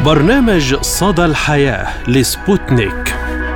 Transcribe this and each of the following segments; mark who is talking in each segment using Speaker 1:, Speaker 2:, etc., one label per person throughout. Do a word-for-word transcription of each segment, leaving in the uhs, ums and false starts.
Speaker 1: برنامج صدى الحياة لسبوتنيك.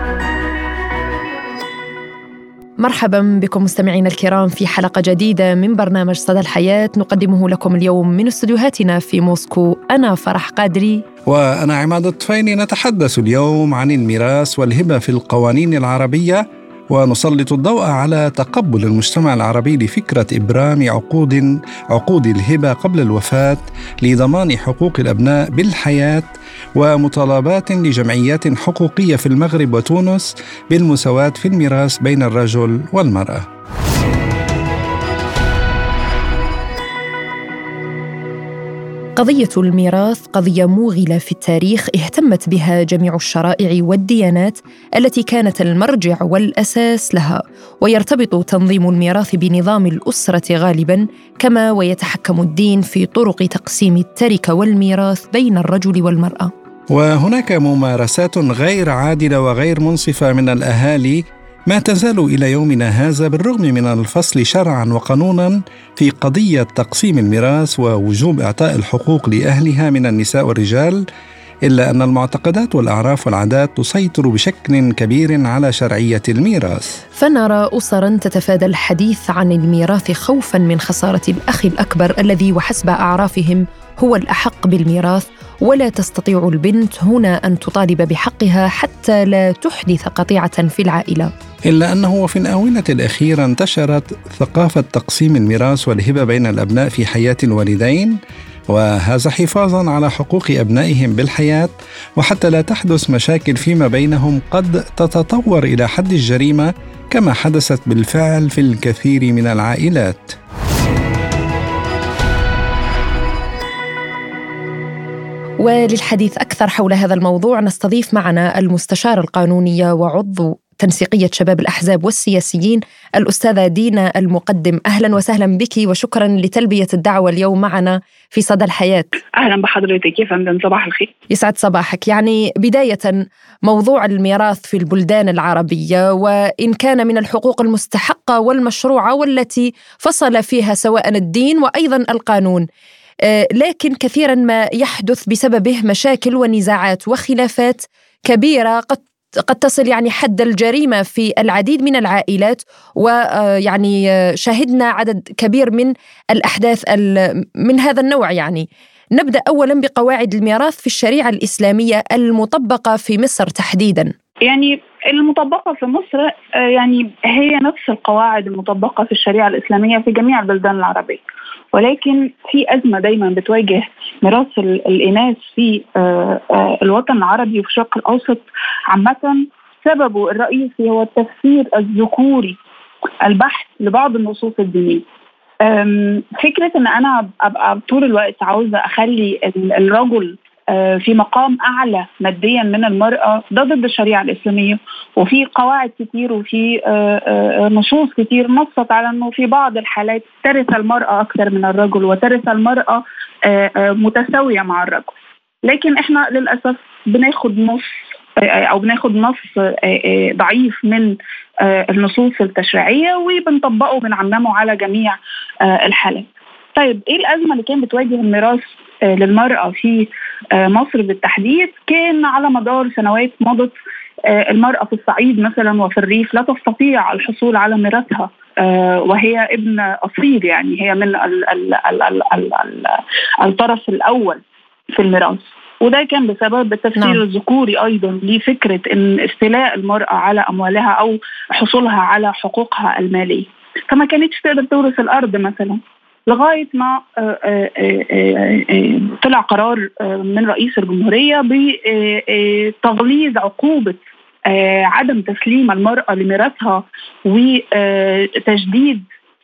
Speaker 2: مرحبا بكم مستمعينا الكرام في حلقة جديدة من برنامج صدى الحياة نقدمه لكم اليوم من استديوهاتنا في موسكو. أنا فرح قادري
Speaker 3: وأنا عماد الطفيلي. نتحدث اليوم عن الميراث والهبة في القوانين العربية، ونسلط الضوء على تقبل المجتمع العربي لفكرة إبرام عقود عقود الهبة قبل الوفاة لضمان حقوق الأبناء بالحياة، ومطالبات لجمعيات حقوقية في المغرب وتونس بالمساواة في الميراث بين الرجل والمرأة.
Speaker 2: قضية الميراث قضية موغلة في التاريخ اهتمت بها جميع الشرائع والديانات التي كانت المرجع والأساس لها، ويرتبط تنظيم الميراث بنظام الأسرة غالباً، كما ويتحكم الدين في طرق تقسيم التركة والميراث بين الرجل والمرأة.
Speaker 3: وهناك ممارسات غير عادلة وغير منصفة من الأهالي ما تزال إلى يومنا هذا بالرغم من الفصل شرعاً وقانوناً في قضية تقسيم الميراث ووجوب إعطاء الحقوق لأهلها من النساء والرجال، إلا أن المعتقدات والأعراف والعادات تسيطر بشكل كبير على شرعية الميراث.
Speaker 2: فنرى أسراً تتفادى الحديث عن الميراث خوفاً من خسارة الأخ الأكبر الذي وحسب أعرافهم هو الأحق بالميراث، ولا تستطيع البنت هنا أن تطالب بحقها حتى لا تحدث قطيعة في العائلة.
Speaker 3: إلا أنه في الآونة الأخيرة انتشرت ثقافة تقسيم الميراث والهبة بين الأبناء في حياة الوالدين، وهذا حفاظاً على حقوق أبنائهم بالحياة، وحتى لا تحدث مشاكل فيما بينهم قد تتطور إلى حد الجريمة كما حدثت بالفعل في الكثير من العائلات.
Speaker 2: وللحديث أكثر حول هذا الموضوع نستضيف معنا المستشارة القانونية وعضو تنسيقية شباب الأحزاب والسياسيين الأستاذة دينا المقدم. أهلا وسهلا بك وشكرا لتلبية الدعوة اليوم معنا في صدى الحياة.
Speaker 4: أهلا بحضرتك يا فندم، صباح الخير.
Speaker 2: يسعد صباحك. يعني بداية، موضوع الميراث في البلدان العربية، وإن كان من الحقوق المستحقة والمشروعة والتي فصل فيها سواء الدين وأيضا القانون، لكن كثيرا ما يحدث بسببه مشاكل ونزاعات وخلافات كبيرة قد قد تصل يعني حد الجريمة في العديد من العائلات، ويعني شاهدنا عدد كبير من الأحداث من هذا النوع. يعني نبدأ أولا بقواعد الميراث في الشريعة الإسلامية المطبقة في مصر تحديدا.
Speaker 4: يعني المطبقة في مصر يعني هي نفس القواعد المطبقة في الشريعة الإسلامية في جميع البلدان العربية، ولكن في أزمة دايما بتواجه ميراث الإناث في الوطن العربي وفي الشرق الأوسط عامة. سببه الرئيسي هو التفسير الذكوري البحت لبعض النصوص الدينية. فكرة أن أنا أبقى طول الوقت عاوزة أخلي الرجل في مقام أعلى ماديا من المرأة، ده ضد الشريعة الإسلامية. وفي قواعد كتير وفي نصوص كتير نصت على أنه في بعض الحالات ترث المرأة أكثر من الرجل، وترث المرأة متساوية مع الرجل. لكن إحنا للأسف بناخد نص أو بناخد نص ضعيف من النصوص التشريعية وبنطبقه وبنعممه على جميع الحالات. طيب إيه الأزمة اللي كان بتواجه الميراث للمرأة في مصر بالتحديد؟ كان على مدار سنوات مضت المرأة في الصعيد مثلا وفي الريف لا تستطيع الحصول على ميراثها، وهي ابن أصيل، يعني هي من ال ال ال ال ال ال الطرف الأول في الميراث. وده كان بسبب التفسير نعم. الذكوري أيضا لفكرة إن استيلاء المرأة على أموالها أو حصولها على حقوقها المالية، فما كانتش تقدر تورث الأرض مثلا، لغاية ما طلع قرار من رئيس الجمهورية بتغليظ عقوبة عدم تسليم المرأة لميراثها وتجديد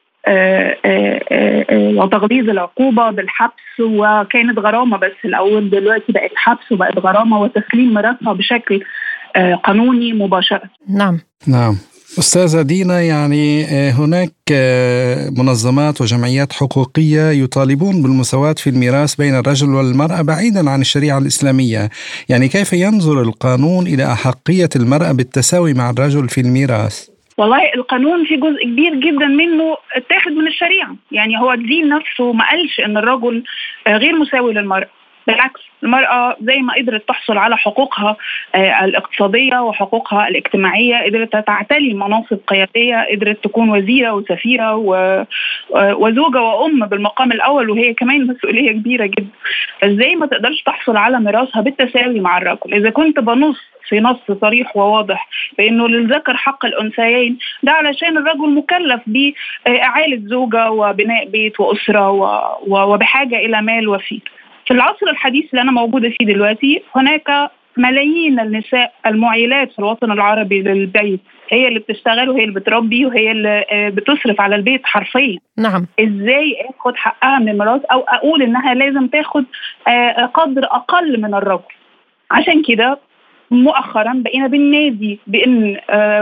Speaker 4: وتغليظ العقوبة بالحبس. وكانت غرامة بس الأول، دلوقتي بقت حبس وبقت غرامة وتسليم ميراثها بشكل قانوني مباشرة.
Speaker 2: نعم
Speaker 3: نعم أستاذة دينا، يعني هناك منظمات وجمعيات حقوقية يطالبون بالمساواة في الميراث بين الرجل والمرأة بعيدا عن الشريعة الإسلامية، يعني كيف ينظر القانون إلى أحقية المرأة بالتساوي مع الرجل في الميراث؟
Speaker 4: والله القانون في جزء كبير جدا منه اتاخد من الشريعة، يعني هو الدين نفسه ما قالش ان الرجل غير مساوي للمرأة، بالعكس، المرأة زي ما قدرت تحصل على حقوقها الاقتصادية وحقوقها الاجتماعية، قدرت تعتلي مناصب قيادية، قدرت تكون وزيرة وسفيرة وزوجة وأم بالمقام الأول، وهي كمان مسؤولية كبيرة جدا. فازاي ما تقدرش تحصل على ميراثها بالتساوي مع الرجل؟ إذا كنت بنص في نص صريح وواضح بأنه للذكر حق الأنثيين، ده علشان الرجل مكلف بإعالة زوجة وبناء بيت وأسرة وبحاجة إلى مال وفير. في العصر الحديث اللي أنا موجودة فيه دلوقتي، هناك ملايين النساء المعيلات في الوطن العربي للبيت، هي اللي بتشتغل وهي اللي بتربي وهي اللي بتصرف على البيت حرفيا.
Speaker 2: نعم.
Speaker 4: إزاي أخذ حقها من الميراث أو أقول إنها لازم تاخد قدر أقل من الرجل؟ عشان كده مؤخرا بقينا بالنادي بأن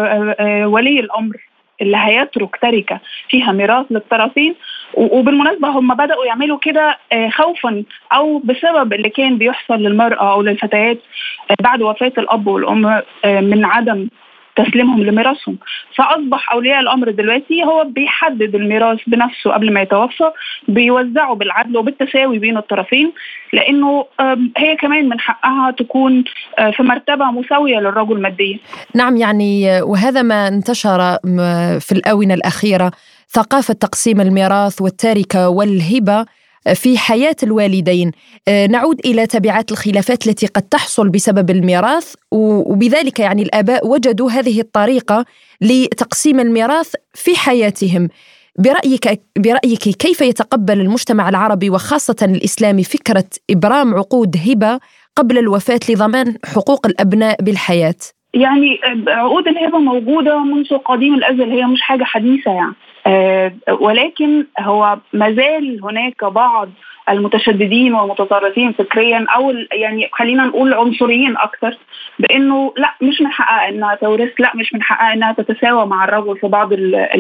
Speaker 4: ولي الأمر اللي هيترك تركة فيها ميراث للطرفين، وبالمناسبة هم بدأوا يعملوا كده خوفا أو بسبب اللي كان بيحصل للمرأة أو للفتيات بعد وفاة الأب والأم من عدم تسليمهم لميراثهم. فأصبح أولياء الأمر دلوقتي هو بيحدد الميراث بنفسه قبل ما يتوفى، بيوزعه بالعدل وبالتساوي بين الطرفين، لأنه هي كمان من حقها تكون في مرتبة مساوية للرجل ماديا.
Speaker 2: نعم، يعني وهذا ما انتشر في الآونة الأخيرة، ثقافة تقسيم الميراث والتركة والهبة في حياة الوالدين. نعود إلى تبعات الخلافات التي قد تحصل بسبب الميراث، وبذلك يعني الآباء وجدوا هذه الطريقة لتقسيم الميراث في حياتهم. برأيك برأيك كيف يتقبل المجتمع العربي وخاصة الإسلامي فكرة إبرام عقود هبة قبل الوفاة لضمان حقوق الأبناء بالحياة؟
Speaker 4: يعني عقود الهبة موجودة منذ قديم الأزل، هي مش حاجة حديثة يعني، أه ولكن هو مازال هناك بعض المتشددين والمتطرفين فكريا، أو يعني خلينا نقول عنصريين أكثر، بأنه لا مش من حقها أنها تورث، لا مش من حقها أنها تتساوى مع الرجل في بعض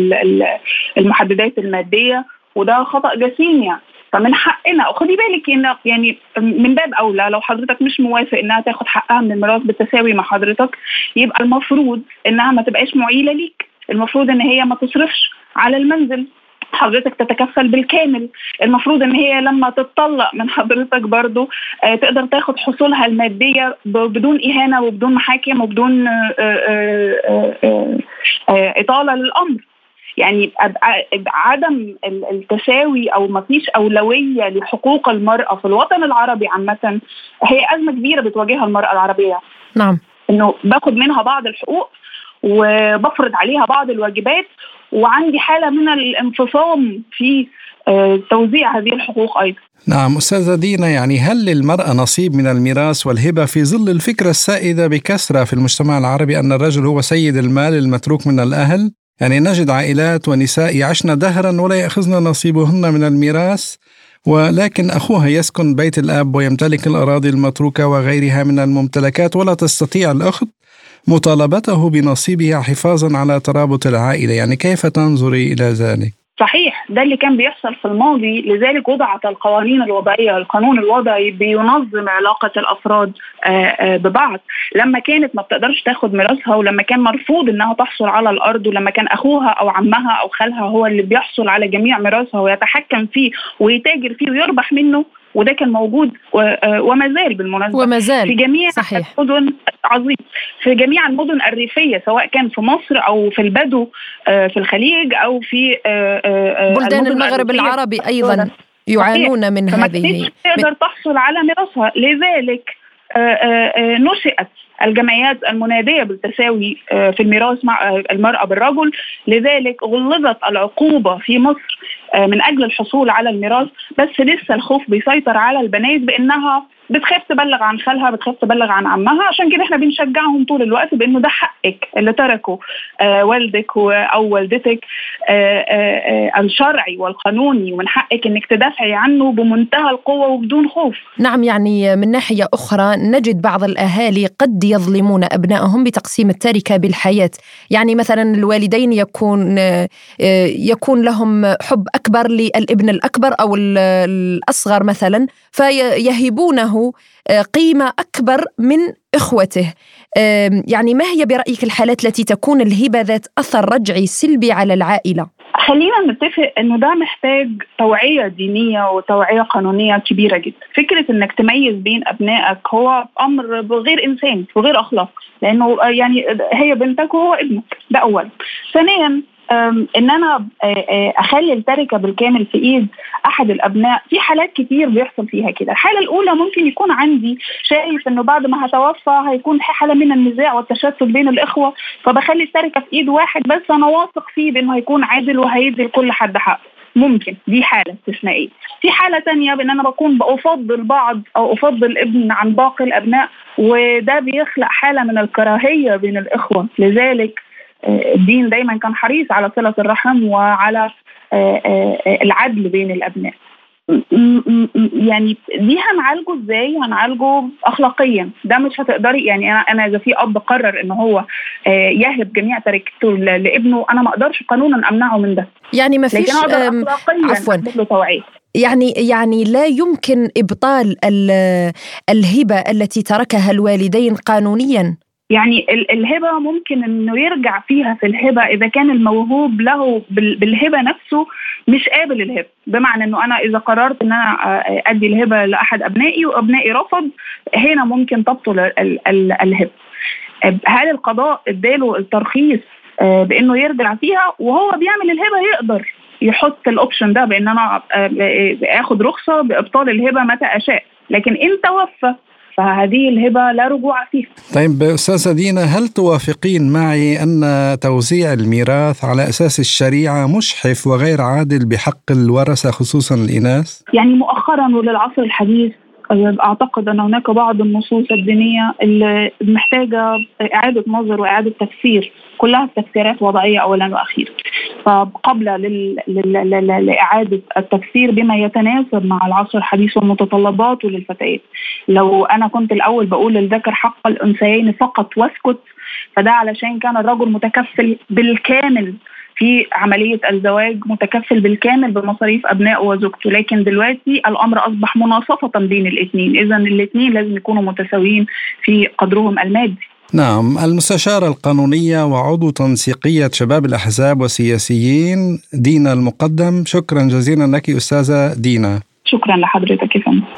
Speaker 4: المحددات المادية، وده خطأ جسيم يعني. فمن حقنا، وخدي بالك إن يعني من باب أولى لو حضرتك مش موافق إنها تاخد حقها من الميراث بالتساوي مع حضرتك، يبقى المفروض إنها ما تبقاش معيلة ليك، المفروض إن هي ما تصرفش على المنزل، حضرتك تتكفل بالكامل، المفروض إن هي لما تتطلق من حضرتك برضو آه تقدر تاخد حصولها المادية بدون إهانة وبدون محاكم وبدون آه آه آه آه آه إطالة للأمر. يعني عدم التساوي أو ما فيش أولوية لحقوق المرأة في الوطن العربي عامة هي أزمة كبيرة بتواجهها المرأة العربية.
Speaker 2: نعم.
Speaker 4: إنه باخد منها بعض الحقوق وبفرض عليها بعض الواجبات، وعندي حالة من الانفصام في توزيع هذه الحقوق أيضا.
Speaker 3: نعم أستاذة دينا، يعني هل للمرأة نصيب من الميراث والهبة في ظل الفكرة السائدة بكثرة في المجتمع العربي أن الرجل هو سيد المال المتروك من الأهل؟ يعني نجد عائلات ونساء يعشن دهرا ولا يأخذن نصيبهن من الميراث، ولكن أخوها يسكن بيت الأب ويمتلك الأراضي المتروكة وغيرها من الممتلكات، ولا تستطيع الأخذ مطالبته بنصيبها حفاظا على ترابط العائلة. يعني كيف تنظري إلى ذلك؟
Speaker 4: صحيح، ده اللي كان بيحصل في الماضي، لذلك وضعت القوانين الوضعية. القانون الوضعي بينظم علاقة الأفراد ببعض. لما كانت ما بتقدرش تاخد ميراثها، ولما كان مرفوض إنها تحصل على الأرض، ولما كان أخوها أو عمها أو خالها هو اللي بيحصل على جميع ميراثها ويتحكم فيه ويتاجر فيه ويربح منه، وده كان موجود وما زال بالمناسبة
Speaker 2: وما زال
Speaker 4: في جميع
Speaker 2: صحيح.
Speaker 4: المدن عظيم في جميع المدن الريفية، سواء كان في مصر أو في البدو في الخليج أو في
Speaker 2: بلدان المغرب العربي أيضا يعانون من هذه.
Speaker 4: ما تقدر تحصل على ميراثها، لذلك نشأت الجمعيات المنادية بالتساوي في الميراث مع المرأة بالرجل. لذلك غلظت العقوبة في مصر من أجل الحصول على الميراث، بس لسه الخوف بيسيطر على البنات بأنها بتخاف تبلغ عن خالها، بتخاف تبلغ عن عمها. عشان كده احنا بنشجعهم طول الوقت بأنه ده حقك اللي تركه آه والدك أو والدتك آه آه الشرعي والقانوني، ومن حقك انك تدافعي عنه بمنتهى القوة وبدون خوف.
Speaker 2: نعم، يعني من ناحية أخرى نجد بعض الأهالي قد يظلمون أبنائهم بتقسيم التركة بالحياة. يعني مثلا الوالدين يكون يكون لهم حب أكبر للابن الأكبر أو الأصغر مثلا، فيهبونه قيمة أكبر من إخوته. يعني ما هي برأيك الحالات التي تكون الهبة ذات أثر رجعي سلبي على العائلة؟
Speaker 4: خلينا نتفق انه ده محتاج توعية دينية وتوعية قانونية كبيرة جدا. فكرة انك تميز بين ابنائك هو امر غير انساني وغير اخلاقي، لانه يعني هي بنتك وهو ابنك، ده اولا. ثانيا ان انا اخلي التركه بالكامل في ايد احد الابناء، في حالات كتير بيحصل فيها كده. الحاله الاولى ممكن يكون عندي شايف انه بعد ما هتوفى هيكون حاله من النزاع والتشتت بين الاخوه، فبخلي التركه في ايد واحد بس انا واثق فيه بانه هيكون عادل وهيدي لكل حد حقه. ممكن دي حاله استثنائيه. في حاله تانية بان انا بكون بفضل بعض او افضل ابن عن باقي الابناء، وده بيخلق حاله من الكراهيه بين الاخوه. لذلك الدين دايما كان حريص على صلة الرحم وعلى العدل بين الأبناء. يعني دي هنعالجه ازاي؟ هنعالجه اخلاقيا. ده مش هتقدري، يعني انا انا اذا في اب قرر ان هو يهب جميع تركته لابنه، انا ما اقدرش قانونا امنعه من ده.
Speaker 2: يعني ما فيش
Speaker 4: عفوا
Speaker 2: يعني يعني لا يمكن ابطال الهبة التي تركها الوالدين قانونيا.
Speaker 4: يعني الهبة ممكن انه يرجع فيها في الهبة اذا كان الموهوب له بالهبة نفسه مش قابل الهبة. بمعنى انه انا اذا قررت ان انا ادي الهبة لاحد ابنائي وابنائي رفض، هنا ممكن تبطل الهبة. هل القضاء اداله الترخيص بانه يرجع فيها وهو بيعمل الهبة؟ يقدر يحط الاوبشن ده بان انا اخد رخصة بابطال الهبة متى اشاء، لكن ان توفى فهذه الهبة لا رجوع فيها.
Speaker 3: طيب أستاذة دينا، هل توافقين معي أن توزيع الميراث على أساس الشريعة مشحف وغير عادل بحق الورثة خصوصا الإناث؟
Speaker 4: يعني مؤخرا وللعصر الحديث أعتقد أن هناك بعض النصوص الدينية اللي محتاجة إعادة نظر وإعادة تفسير، كلها تفسيرات وضعية أولا وأخيرا، فقبل لل... لل... لإعادة التفسير بما يتناسب مع العصر الحديث ومتطلباته للفتيات. لو أنا كنت الأول بقول للذكر حق الأنثيين فقط واسكت، فده علشان كان الرجل متكفل بالكامل في عملية الزواج، متكفل بالكامل بمصاريف أبنائه وزوجته. لكن دلوقتي الأمر أصبح مناصفة بين الاثنين، إذن الاثنين لازم يكونوا متساويين في قدرهم المادي.
Speaker 3: نعم. المستشارة القانونية وعضو تنسيقية شباب الأحزاب والسياسيين دينا المقدم، شكرا جزيلا لك أستاذة دينا.
Speaker 4: شكرا لحضرتك يا فندم.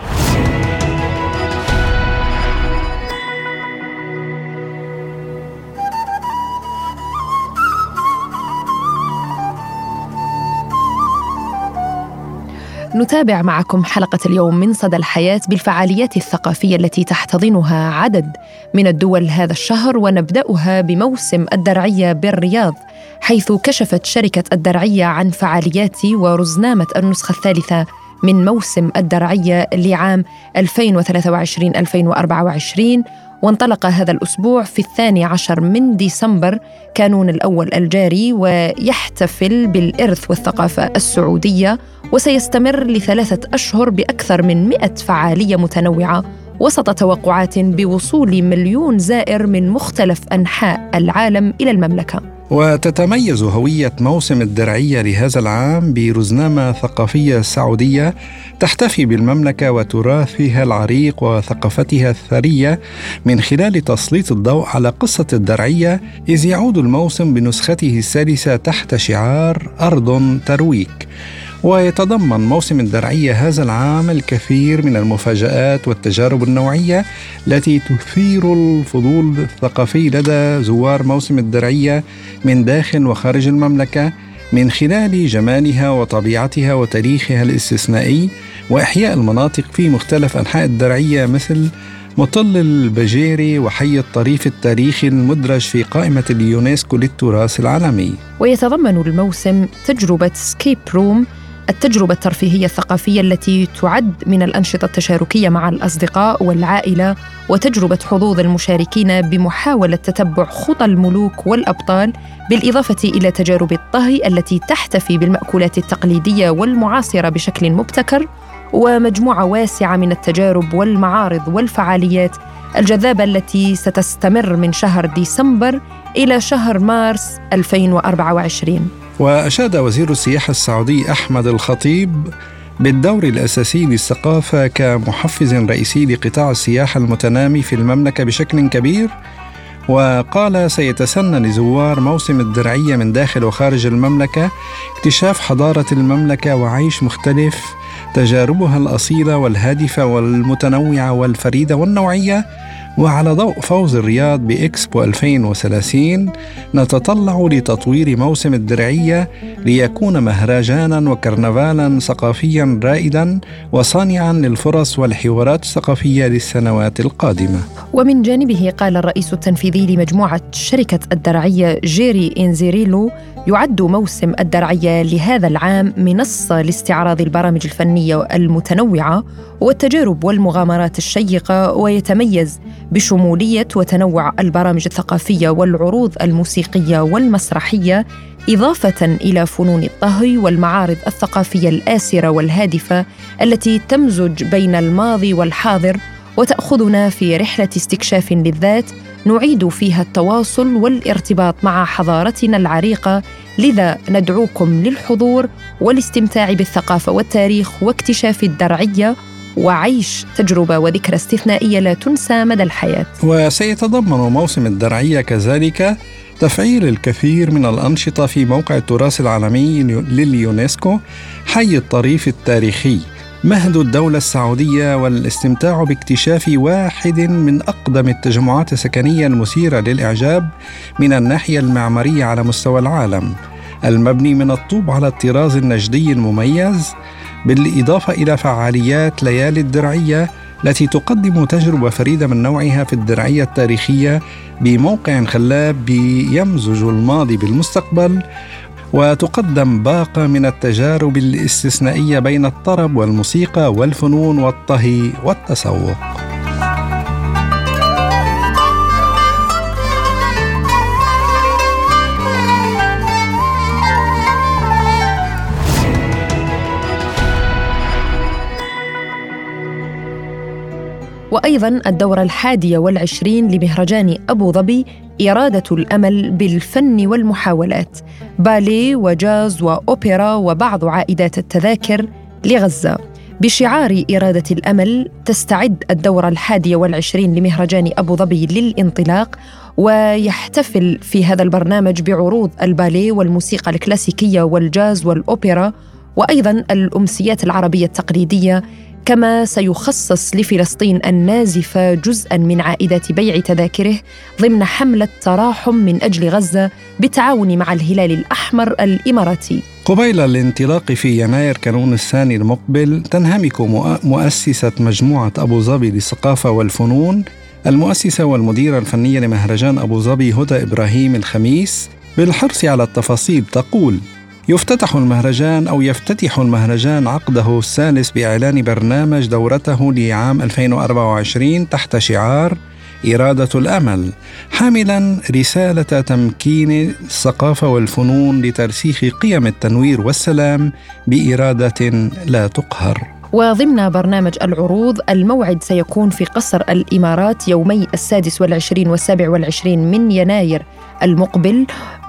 Speaker 2: نتابع معكم حلقة اليوم من صدى الحياة بالفعاليات الثقافية التي تحتضنها عدد من الدول هذا الشهر، ونبدأها بموسم الدرعية بالرياض، حيث كشفت شركة الدرعية عن فعاليات ورزنامة النسخة الثالثة من موسم الدرعية لعام ألفين وثلاثة وعشرين ألفين وأربعة وعشرين، وانطلق هذا الأسبوع في الثاني عشر من ديسمبر كانون الأول الجاري، ويحتفل بالإرث والثقافة السعودية، وسيستمر لثلاثة أشهر بأكثر من مئة فعالية متنوعة وسط توقعات بوصول مليون زائر من مختلف أنحاء العالم إلى المملكة.
Speaker 3: وتتميز هوية موسم الدرعية لهذا العام برزنامة ثقافية سعودية تحتفي بالمملكة وتراثها العريق وثقافتها الثرية من خلال تسليط الضوء على قصة الدرعية، إذ يعود الموسم بنسخته الثالثة تحت شعار أرض ترويك. ويتضمن موسم الدرعية هذا العام الكثير من المفاجآت والتجارب النوعية التي تثير الفضول الثقافي لدى زوار موسم الدرعية من داخل وخارج المملكة، من خلال جمالها وطبيعتها وتاريخها الاستثنائي وإحياء المناطق في مختلف أنحاء الدرعية مثل مطل البجيري وحي الطريف التاريخي المدرج في قائمة اليونسكو للتراث العالمي.
Speaker 2: ويتضمن الموسم تجربة سكيب روم، التجربة الترفيهية الثقافية التي تعد من الأنشطة التشاركية مع الأصدقاء والعائلة، وتجربة حظوظ المشاركين بمحاولة تتبع خطى الملوك والأبطال، بالإضافة إلى تجارب الطهي التي تحتفي بالمأكولات التقليدية والمعاصرة بشكل مبتكر، ومجموعة واسعة من التجارب والمعارض والفعاليات الجذابة التي ستستمر من شهر ديسمبر إلى شهر مارس ألفين وأربعة وعشرين.
Speaker 3: وأشاد وزير السياحة السعودي أحمد الخطيب بالدور الأساسي للثقافة كمحفز رئيسي لقطاع السياحة المتنامي في المملكة بشكل كبير، وقال سيتسنى لزوار موسم الدرعية من داخل وخارج المملكة اكتشاف حضارة المملكة وعيش مختلف تجاربها الأصيلة والهادفة والمتنوعة والفريدة والنوعية. وعلى ضوء فوز الرياض بإكسبو ألفين وثلاثين نتطلع لتطوير موسم الدرعية ليكون مهرجانا وكرنفالا ثقافيا رائدا وصانعا للفرص والحوارات الثقافية للسنوات القادمة.
Speaker 2: ومن جانبه قال الرئيس التنفيذي لمجموعة شركة الدرعية جيري إنزيريلو: يعد موسم الدرعية لهذا العام منصة لاستعراض البرامج الفنية المتنوعة والتجارب والمغامرات الشيقة، ويتميز بشمولية وتنوع البرامج الثقافية والعروض الموسيقية والمسرحية، إضافة إلى فنون الطهي والمعارض الثقافية الآسرة والهادفة التي تمزج بين الماضي والحاضر وتأخذنا في رحلة استكشاف للذات نعيد فيها التواصل والارتباط مع حضارتنا العريقة. لذا ندعوكم للحضور والاستمتاع بالثقافة والتاريخ واكتشاف الدرعية وعيش تجربة وذكرى استثنائية لا تنسى مدى الحياة.
Speaker 3: وسيتضمن موسم الدرعية كذلك تفعيل الكثير من الأنشطة في موقع التراث العالمي لليونسكو حي الطريف التاريخي مهد الدولة السعودية، والاستمتاع باكتشاف واحد من أقدم التجمعات السكنية المثيرة للإعجاب من الناحية المعمارية على مستوى العالم، المبني من الطوب على الطراز النجدي المميز، بالإضافة إلى فعاليات ليالي الدرعية التي تقدم تجربة فريدة من نوعها في الدرعية التاريخية بموقع خلاب يمزج الماضي بالمستقبل، وتقدم باقة من التجارب الاستثنائية بين الطرب والموسيقى والفنون والطهي والتسوق.
Speaker 2: وأيضاً الدورة الحادية والعشرين لمهرجان أبو ظبي إرادة الأمل بالفن والمحاولات، باليه وجاز وأوبرا وبعض عائدات التذاكر لغزة. بشعار إرادة الأمل تستعد الدورة الحادية والعشرين لمهرجان أبو ظبي للانطلاق، ويحتفل في هذا البرنامج بعروض الباليه والموسيقى الكلاسيكية والجاز والأوبرا وأيضاً الأمسيات العربية التقليدية، كما سيخصص لفلسطين النازفة جزءاً من عائدات بيع تذاكره ضمن حملة تراحم من أجل غزة بالتعاون مع الهلال الأحمر الإماراتي.
Speaker 3: قبيل الانطلاق في يناير كانون الثاني المقبل تنهمك مؤسسة مجموعة أبو ظبي للثقافة والفنون المؤسسة والمديرة الفنية لمهرجان أبو ظبي هدى إبراهيم الخميس بالحرص على التفاصيل. تقول: يفتتح المهرجان أو يفتتح المهرجان عقده الثالث بإعلان برنامج دورته لعام ألفين وأربعة وعشرين تحت شعار إرادة الأمل، حاملاً رسالة تمكين الثقافة والفنون لترسيخ قيم التنوير والسلام بإرادة لا تقهر.
Speaker 2: وضمن برنامج العروض الموعد سيكون في قصر الإمارات يومي السادس والعشرين والسابع والعشرين من يناير المقبل،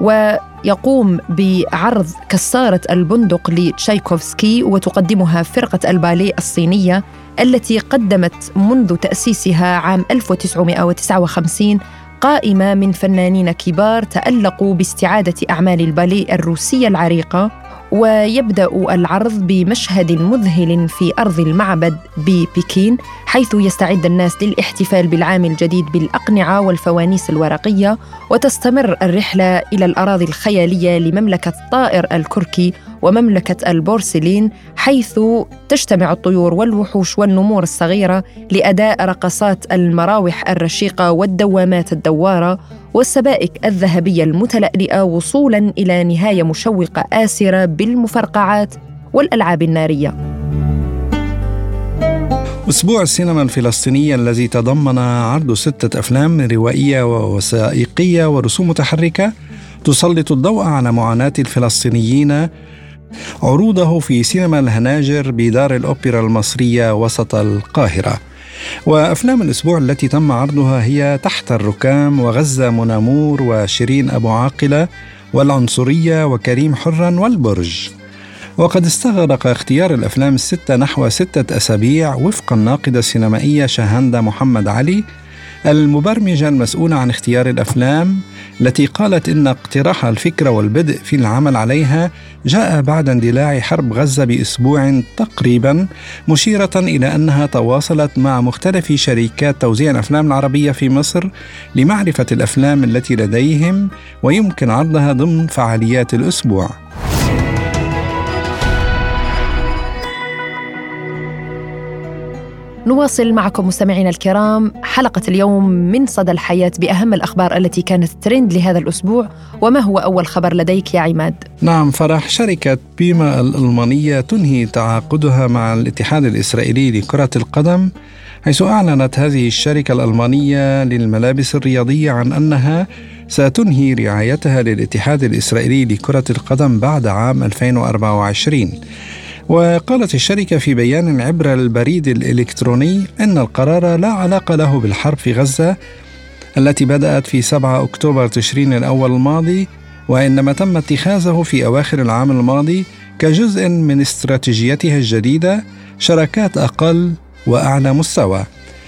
Speaker 2: ويقوم بعرض كسارة البندق لتشايكوفسكي وتقدمها فرقة الباليه الصينية التي قدمت منذ تأسيسها عام ألف وتسعمائة وتسعة وخمسين قائمة من فنانين كبار تألقوا باستعادة أعمال الباليه الروسية العريقة. ويبدأ العرض بمشهد مذهل في أرض المعبد ببكين، حيث يستعد الناس للاحتفال بالعام الجديد بالأقنعة والفوانيس الورقية، وتستمر الرحلة إلى الأراضي الخيالية لمملكة طائر الكركي ومملكة البورسلين، حيث تجتمع الطيور والوحوش والنمور الصغيرة لأداء رقصات المراوح الرشيقة والدوامات الدوارة والسبائك الذهبية المتلألئة، وصولاً إلى نهاية مشوقة آسرة بالمفرقعات والألعاب النارية.
Speaker 3: أسبوع السينما الفلسطينية الذي تضمن عرض ستة أفلام روائية ووثائقية ورسوم متحركة تسلط الضوء على معاناة الفلسطينيين، عروضه في سينما الهناجر بدار الأوبرا المصرية وسط القاهرة. وأفلام الأسبوع التي تم عرضها هي تحت الركام وغزة منامور وشيرين أبو عاقلة والعنصرية وكريم حرا والبرج. وقد استغرق اختيار الأفلام الستة نحو ستة أسابيع وفق الناقدة السينمائية شهندة محمد علي، المبرمجة المسؤولة عن اختيار الأفلام، التي قالت إن اقتراح الفكرة والبدء في العمل عليها جاء بعد اندلاع حرب غزة بأسبوع تقريبا، مشيرة إلى أنها تواصلت مع مختلف شركات توزيع الأفلام العربية في مصر لمعرفة الأفلام التي لديهم ويمكن عرضها ضمن فعاليات الأسبوع.
Speaker 2: نواصل معكم مستمعينا الكرام حلقة اليوم من صدى الحياة بأهم الأخبار التي كانت ترند لهذا الأسبوع. وما هو أول خبر لديك يا عماد؟
Speaker 3: نعم فرح، شركة بيما الألمانية تنهي تعاقدها مع الاتحاد الإسرائيلي لكرة القدم، حيث أعلنت هذه الشركة الألمانية للملابس الرياضية عن أنها ستنهي رعايتها للاتحاد الإسرائيلي لكرة القدم بعد عام ألفين وأربعة وعشرين. وقالت الشركة في بيان عبر البريد الإلكتروني أن القرار لا علاقة له بالحرب في غزة التي بدأت في سبعة أكتوبر تشرين الأول الماضي، وإنما تم اتخاذه في أواخر العام الماضي كجزء من استراتيجيتها الجديدة شراكات أقل وأعلى مستوى.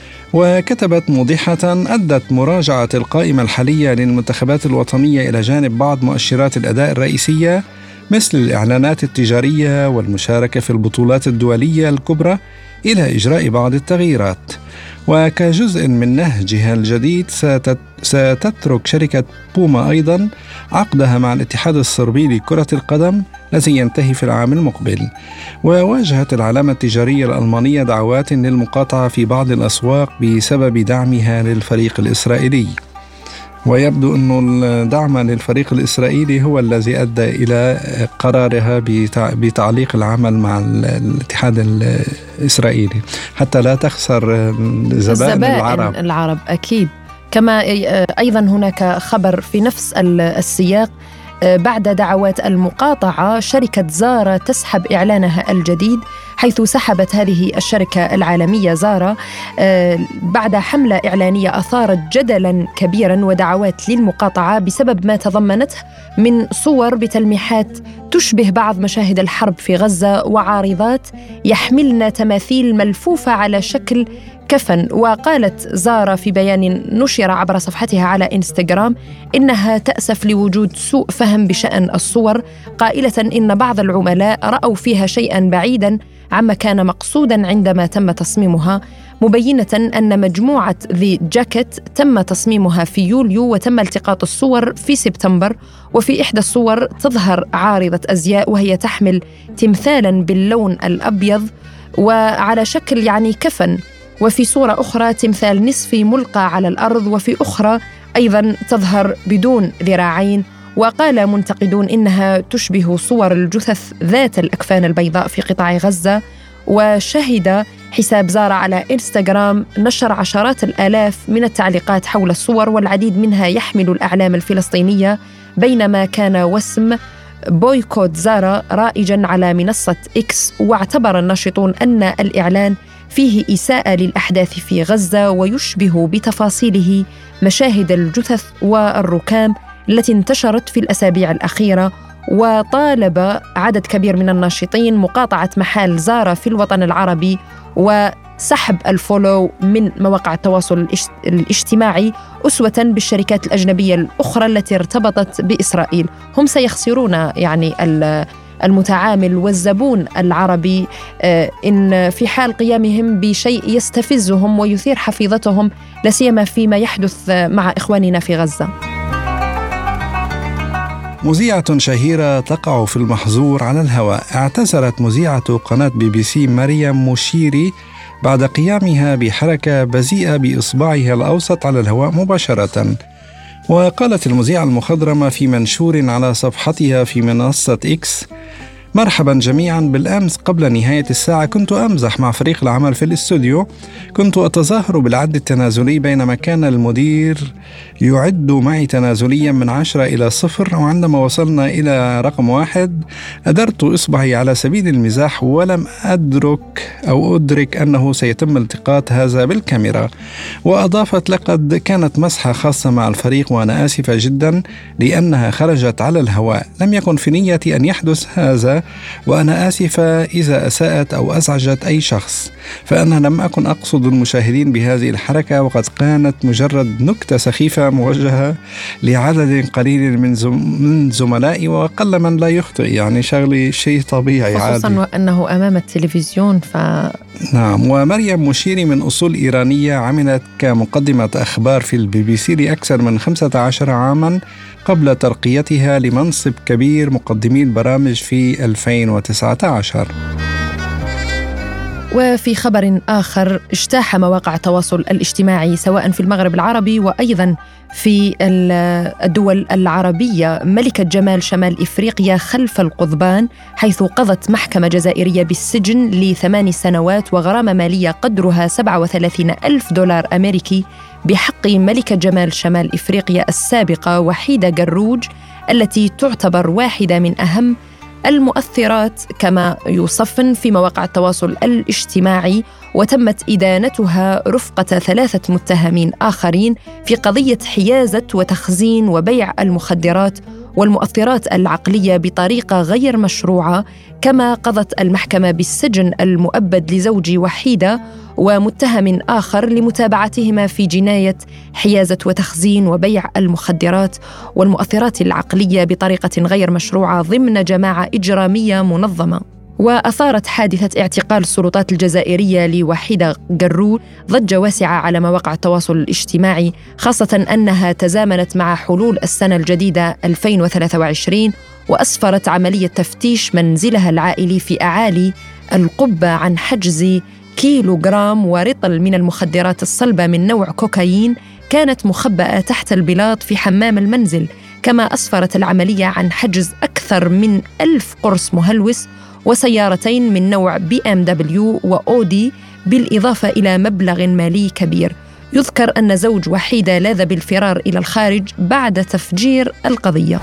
Speaker 3: وكتبت موضحة: أدت مراجعة القائمة الحالية للمنتخبات الوطنية إلى جانب بعض مؤشرات الأداء الرئيسية مثل الإعلانات التجارية والمشاركة في البطولات الدولية الكبرى إلى إجراء بعض التغييرات. وكجزء من نهجها الجديد ستترك شركة بوما أيضا عقدها مع الاتحاد الصربي لكرة القدم الذي ينتهي في العام المقبل. وواجهت العلامة التجارية الألمانية دعوات للمقاطعة في بعض الأسواق بسبب دعمها للفريق الإسرائيلي، ويبدو أن الدعم للفريق الإسرائيلي هو الذي أدى إلى قرارها بتعليق العمل مع الاتحاد الإسرائيلي حتى لا تخسر زبائن العرب.
Speaker 2: العرب أكيد. كما أيضا هناك خبر في نفس السياق: بعد دعوات المقاطعة شركة زارا تسحب إعلانها الجديد، حيث سحبت هذه الشركة العالمية زارا بعد حملة إعلانية أثارت جدلا كبيرا ودعوات للمقاطعة بسبب ما تضمنته من صور بتلميحات تشبه بعض مشاهد الحرب في غزة وعارضات يحملن تماثيل ملفوفة على شكل كفن. وقالت زارا في بيان نشر عبر صفحتها على إنستغرام إنها تأسف لوجود سوء فهم بشأن الصور، قائلة إن بعض العملاء رأوا فيها شيئا بعيدا عما كان مقصودا عندما تم تصميمها، مبينة أن مجموعة ذي جاكيت تم تصميمها في يوليو وتم التقاط الصور في سبتمبر. وفي إحدى الصور تظهر عارضة أزياء وهي تحمل تمثالا باللون الأبيض وعلى شكل يعني كفن، وفي صورة أخرى تمثال نصفي ملقى على الأرض، وفي أخرى أيضا تظهر بدون ذراعين. وقال منتقدون إنها تشبه صور الجثث ذات الأكفان البيضاء في قطاع غزة. وشهد حساب زارا على إنستغرام نشر عشرات الآلاف من التعليقات حول الصور، والعديد منها يحمل الأعلام الفلسطينية، بينما كان وسم بويكوت زارا رائجا على منصة إكس. واعتبر الناشطون أن الإعلان فيه إساءة للأحداث في غزة ويشبه بتفاصيله مشاهد الجثث والركام التي انتشرت في الأسابيع الأخيرة. وطالب عدد كبير من الناشطين مقاطعة محال زارا في الوطن العربي وسحب الفولو من مواقع التواصل الاجتماعي أسوة بالشركات الأجنبية الأخرى التي ارتبطت بإسرائيل. هم سيخسرون يعني المتعامل والزبون العربي إن في حال قيامهم بشيء يستفزهم ويثير حفيظتهم، لاسيما فيما يحدث مع إخواننا في غزة.
Speaker 3: مذيعة شهيرة تقع في المحظور على الهواء. اعتذرت مذيعة قناة بي بي سي مريم مشيري بعد قيامها بحركة بذيئة بإصبعها الأوسط على الهواء مباشرة. وقالت المذيعة المخضرمة في منشور على صفحتها في منصة إكس: مرحبا جميعا، بالأمس قبل نهاية الساعة كنت أمزح مع فريق العمل في الاستوديو، كنت أتظاهر بالعد التنازلي بينما كان المدير يعد معي تنازليا من عشرة إلى صفر، وعندما وصلنا إلى رقم واحد أدرت إصبعي على سبيل المزاح ولم أدرك أو أدرك أنه سيتم التقاط هذا بالكاميرا. وأضافت: لقد كانت مسحة خاصة مع الفريق وأنا آسفة جدا لأنها خرجت على الهواء، لم يكن في نيتي أن يحدث هذا وأنا آسفة إذا أساءت أو أزعجت أي شخص، فأنا لم أكن أقصد المشاهدين بهذه الحركة، وقد كانت مجرد نكتة سخيفة موجهة لعدد قليل من من زملائي، وقل من لا يخطئ، يعني شغلي شيء طبيعي عادي،
Speaker 2: خصوصا وأنه أمام التلفزيون. ف...
Speaker 3: نعم. ومريم مشيري من أصول إيرانية عملت كمقدمة أخبار في البي بي سي لأكثر من خمسة عشر عاما قبل ترقيتها لمنصب كبير مقدمي البرامج في ألفين وتسعة عشر.
Speaker 2: وفي خبر آخر، اجتاح مواقع التواصل الاجتماعي سواء في المغرب العربي وأيضا في الدول العربية ملكة جمال شمال إفريقيا خلف القضبان، حيث قضت محكمة جزائرية بالسجن لثمان سنوات وغرامة مالية قدرها سبعة وثلاثين ألف دولار أمريكي بحق ملكة جمال شمال إفريقيا السابقة وحيدة قروج، التي تعتبر واحدة من أهم المؤثرات كما يصفن في مواقع التواصل الاجتماعي، وتمت إدانتها رفقة ثلاثة متهمين آخرين في قضية حيازة وتخزين وبيع المخدرات والمؤثرات العقلية بطريقة غير مشروعة. كما قضت المحكمة بالسجن المؤبد لزوج وحيدة ومتهم آخر لمتابعتهما في جناية حيازة وتخزين وبيع المخدرات والمؤثرات العقلية بطريقة غير مشروعة ضمن جماعة إجرامية منظمة. وأثارت حادثة اعتقال السلطات الجزائرية لوحيدة قروج ضجة واسعة على مواقع التواصل الاجتماعي، خاصة أنها تزامنت مع حلول السنة الجديدة ألفين وثلاثة وعشرين، وأسفرت عملية تفتيش منزلها العائلي في أعالي القبة عن حجز كيلوغرام ورطل من المخدرات الصلبة من نوع كوكايين كانت مخبأة تحت البلاط في حمام المنزل. كما أسفرت العملية عن حجز أكثر من ألف قرص مهلوس وسيارتين من نوع بي إم دبليو وأودي، بالإضافة إلى مبلغ مالي كبير. يذكر أن زوج وحيدة لاذ بالفرار إلى الخارج بعد تفجير القضية.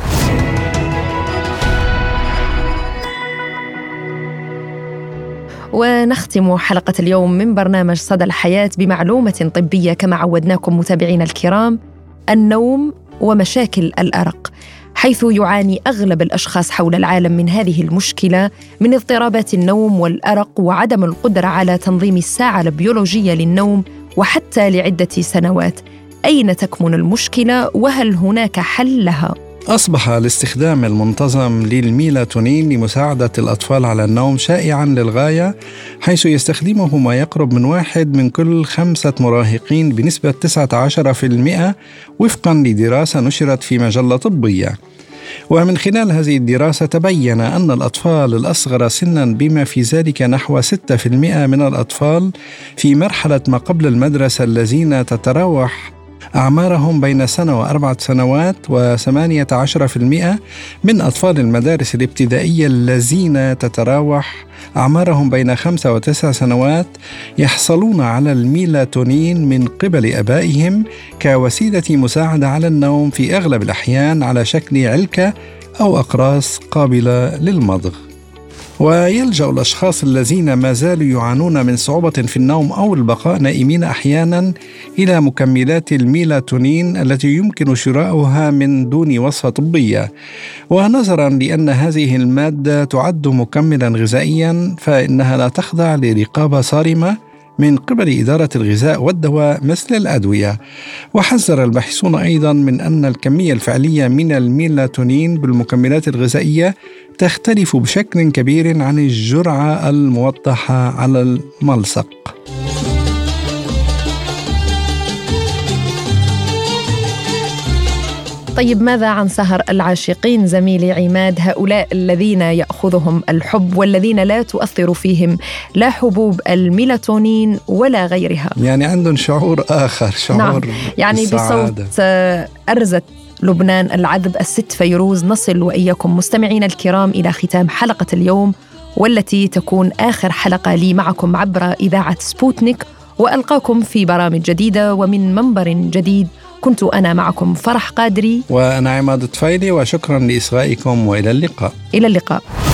Speaker 2: ونختم حلقة اليوم من برنامج صدى الحياة بمعلومة طبية كما عودناكم متابعينا الكرام: النوم ومشاكل الأرق، حيث يعاني أغلب الأشخاص حول العالم من هذه المشكلة من اضطرابات النوم والأرق وعدم القدرة على تنظيم الساعة البيولوجية للنوم وحتى لعدة سنوات. أين تكمن المشكلة وهل هناك حل لها؟
Speaker 3: أصبح الاستخدام المنتظم للميلاتونين لمساعدة الأطفال على النوم شائعاً للغاية، حيث يستخدمه ما يقرب من واحد من كل خمسة مراهقين بنسبة تسعة عشر بالمئة وفقاً لدراسة نشرت في مجلة طبية. ومن خلال هذه الدراسة تبين أن الأطفال الأصغر سناً بما في ذلك نحو ستة بالمئة من الأطفال في مرحلة ما قبل المدرسة الذين تتراوح أعمارهم بين سنة وأربعة سنوات، وثمانية عشر بالمئة من أطفال المدارس الابتدائية الذين تتراوح أعمارهم بين خمسة وتسع سنوات يحصلون على الميلاتونين من قبل آبائهم كوسيلة مساعدة على النوم، في أغلب الأحيان على شكل علكة أو أقراص قابلة للمضغ. ويلجأ الأشخاص الذين ما زالوا يعانون من صعوبة في النوم أو البقاء نائمين أحياناً إلى مكملات الميلاتونين التي يمكن شراؤها من دون وصفة طبية. ونظراً لأن هذه المادة تعد مكملاً غذائياً فإنها لا تخضع لرقابة صارمة من قبل إدارة الغذاء والدواء مثل الأدوية. وحذر الباحثون أيضاً من أن الكمية الفعلية من الميلاتونين بالمكملات الغذائية تختلف بشكل كبير عن الجرعة الموضحة على الملصق.
Speaker 2: طيب، ماذا عن سهر العاشقين زميلي عماد، هؤلاء الذين يأخذهم الحب والذين لا تؤثر فيهم لا حبوب الميلاتونين ولا غيرها؟
Speaker 3: يعني عندهم شعور آخر، شعور
Speaker 2: نعم. يعني
Speaker 3: السعادة.
Speaker 2: بصوت أرزة لبنان العذب الست فيروز نصل وإياكم مستمعين الكرام إلى ختام حلقة اليوم، والتي تكون آخر حلقة لي معكم عبر إذاعة سبوتنيك، وألقاكم في برامج جديدة ومن منبر جديد. كنت أنا معكم فرح قادري
Speaker 3: وأنا عماد طفيلي، وشكرا لإصغائكم وإلى اللقاء.
Speaker 2: إلى اللقاء.